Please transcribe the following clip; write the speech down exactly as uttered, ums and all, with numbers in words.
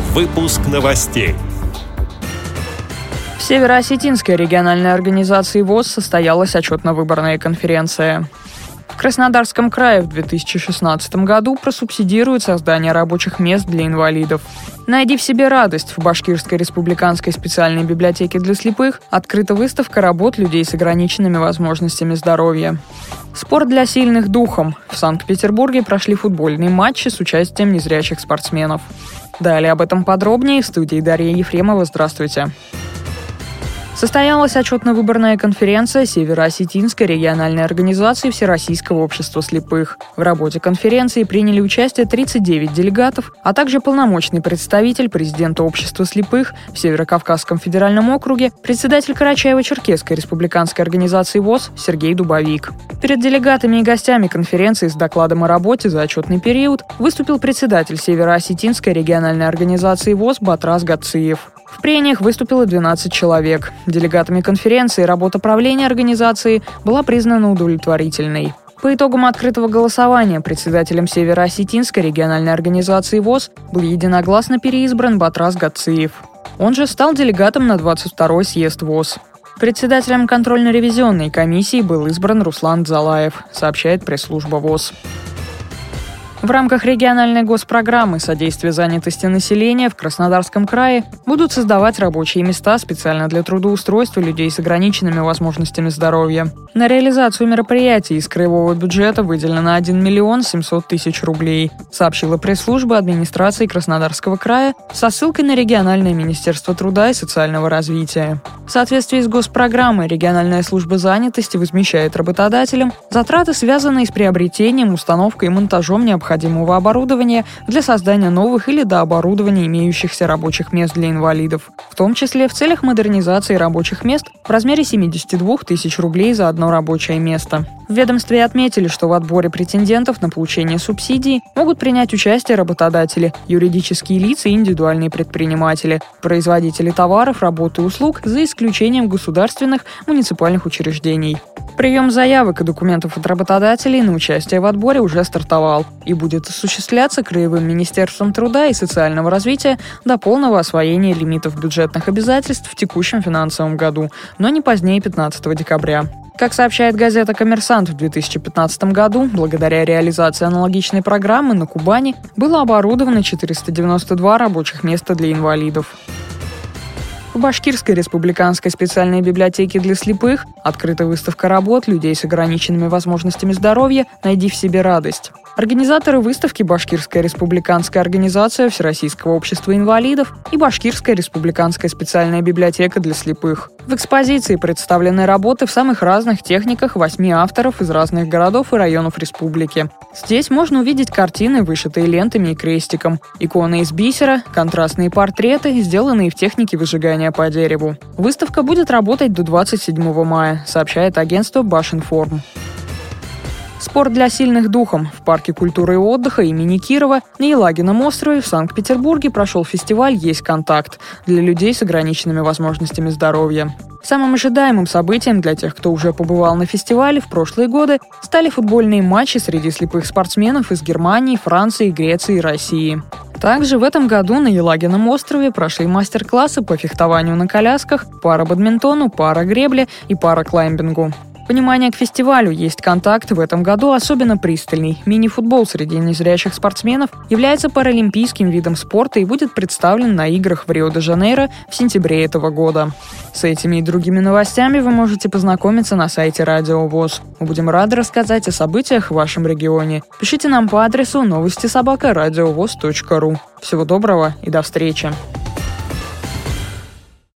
Выпуск новостей. В Северо-Осетинской региональной организации ВОС состоялась отчетно-выборная конференция. В Краснодарском крае в две тысячи шестнадцатом году просубсидируют создание рабочих мест для инвалидов. «Найди в себе радость» в Башкирской республиканской специальной библиотеке для слепых открыта выставка работ людей с ограниченными возможностями здоровья. Спорт для сильных духом. В Санкт-Петербурге прошли футбольные матчи с участием незрячих спортсменов. Далее об этом подробнее в студии Дарья Ефремова. Здравствуйте. Состоялась отчетно-выборная конференция Северо-Осетинской региональной организации Всероссийского общества слепых. В работе конференции приняли участие тридцать девять делегатов, а также полномочный представитель президента общества слепых в Северо-Кавказском федеральном округе, председатель Карачаево-Черкесской республиканской организации ВОС Сергей Дубовик. Перед делегатами и гостями конференции с докладом о работе за отчетный период выступил председатель Северо-Осетинской региональной организации ВОС Батрас Гациев. В прениях выступило двенадцать человек. Делегатами конференции работа правления организации была признана удовлетворительной. По итогам открытого голосования председателем Северо-Осетинской региональной организации ВОС был единогласно переизбран Батрас Гациев. Он же стал делегатом на двадцать второй съезд ВОС. Председателем контрольно-ревизионной комиссии был избран Руслан Дзалаев, сообщает пресс-служба ВОС. В рамках региональной госпрограммы «Содействие занятости населения» в Краснодарском крае будут создавать рабочие места специально для трудоустройства людей с ограниченными возможностями здоровья. На реализацию мероприятий из краевого бюджета выделено один миллион семьсот тысяч рублей, сообщила пресс-служба администрации Краснодарского края со ссылкой на региональное министерство труда и социального развития. В соответствии с госпрограммой региональная служба занятости возмещает работодателям затраты, связанные с приобретением, установкой и монтажом необходимого оборудования для создания новых или дооборудования имеющихся рабочих мест для инвалидов, в том числе в целях модернизации рабочих мест в размере семьдесят две тысячи рублей за одно рабочее место. В ведомстве отметили, что в отборе претендентов на получение субсидий могут принять участие работодатели, юридические лица и индивидуальные предприниматели, производители товаров, работ и услуг, за исключением государственных муниципальных учреждений. Прием заявок и документов от работодателей на участие в отборе уже стартовал и будет осуществляться Краевым министерством труда и социального развития до полного освоения лимитов бюджетных обязательств в текущем финансовом году, но не позднее пятнадцатого декабря. Как сообщает газета «Коммерсант», в две тысячи пятнадцатом году, благодаря реализации аналогичной программы на Кубани, было оборудовано четыреста девяносто два рабочих места для инвалидов. В Башкирской республиканской специальной библиотеке для слепых открыта выставка работ людей с ограниченными возможностями здоровья «Найди в себе радость». Организаторы выставки – Башкирская республиканская организация Всероссийского общества инвалидов и Башкирская республиканская специальная библиотека для слепых. В экспозиции представлены работы в самых разных техниках восьми авторов из разных городов и районов республики. Здесь можно увидеть картины, вышитые лентами и крестиком, иконы из бисера, контрастные портреты, сделанные в технике выжигания по дереву. Выставка будет работать до двадцать седьмого мая, сообщает агентство Башинформ. Спорт для сильных духом. В парке культуры и отдыха имени Кирова на Елагином острове в Санкт-Петербурге прошел фестиваль «Есть контакт» для людей с ограниченными возможностями здоровья. Самым ожидаемым событием для тех, кто уже побывал на фестивале в прошлые годы, стали футбольные матчи среди слепых спортсменов из Германии, Франции, Греции и России. Также в этом году на Елагином острове прошли мастер-классы по фехтованию на колясках, пара-бадминтону, пара-гребле и пара-клаймбингу. Понимание к фестивалю «Есть контакт» в этом году особенно пристальный. Мини-футбол среди незрячих спортсменов является паралимпийским видом спорта и будет представлен на играх в Рио-де-Жанейро в сентябре этого года. С этими и другими новостями вы можете познакомиться на сайте Радио ВОС. Мы будем рады рассказать о событиях в вашем регионе. Пишите нам по адресу новости собака радиовос точка ру. Всего доброго и до встречи!